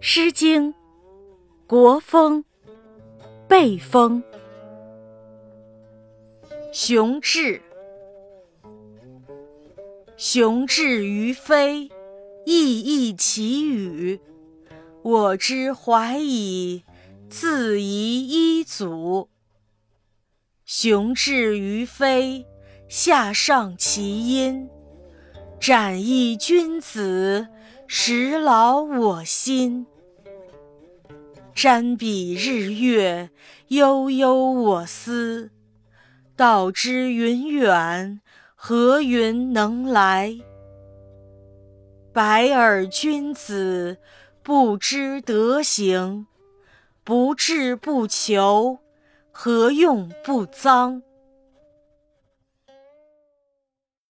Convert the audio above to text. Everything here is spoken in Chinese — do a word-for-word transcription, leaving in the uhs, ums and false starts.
诗经·国风·背风。雄志，雄志于飞，翼翼其羽。我之怀矣，自遗一祖。雄志于飞，下上其音。展翼君子，实劳我心。瞻彼日月，悠悠我思。道之云远，何云能来？白耳君子，不知德行。不志不求，何用不臧？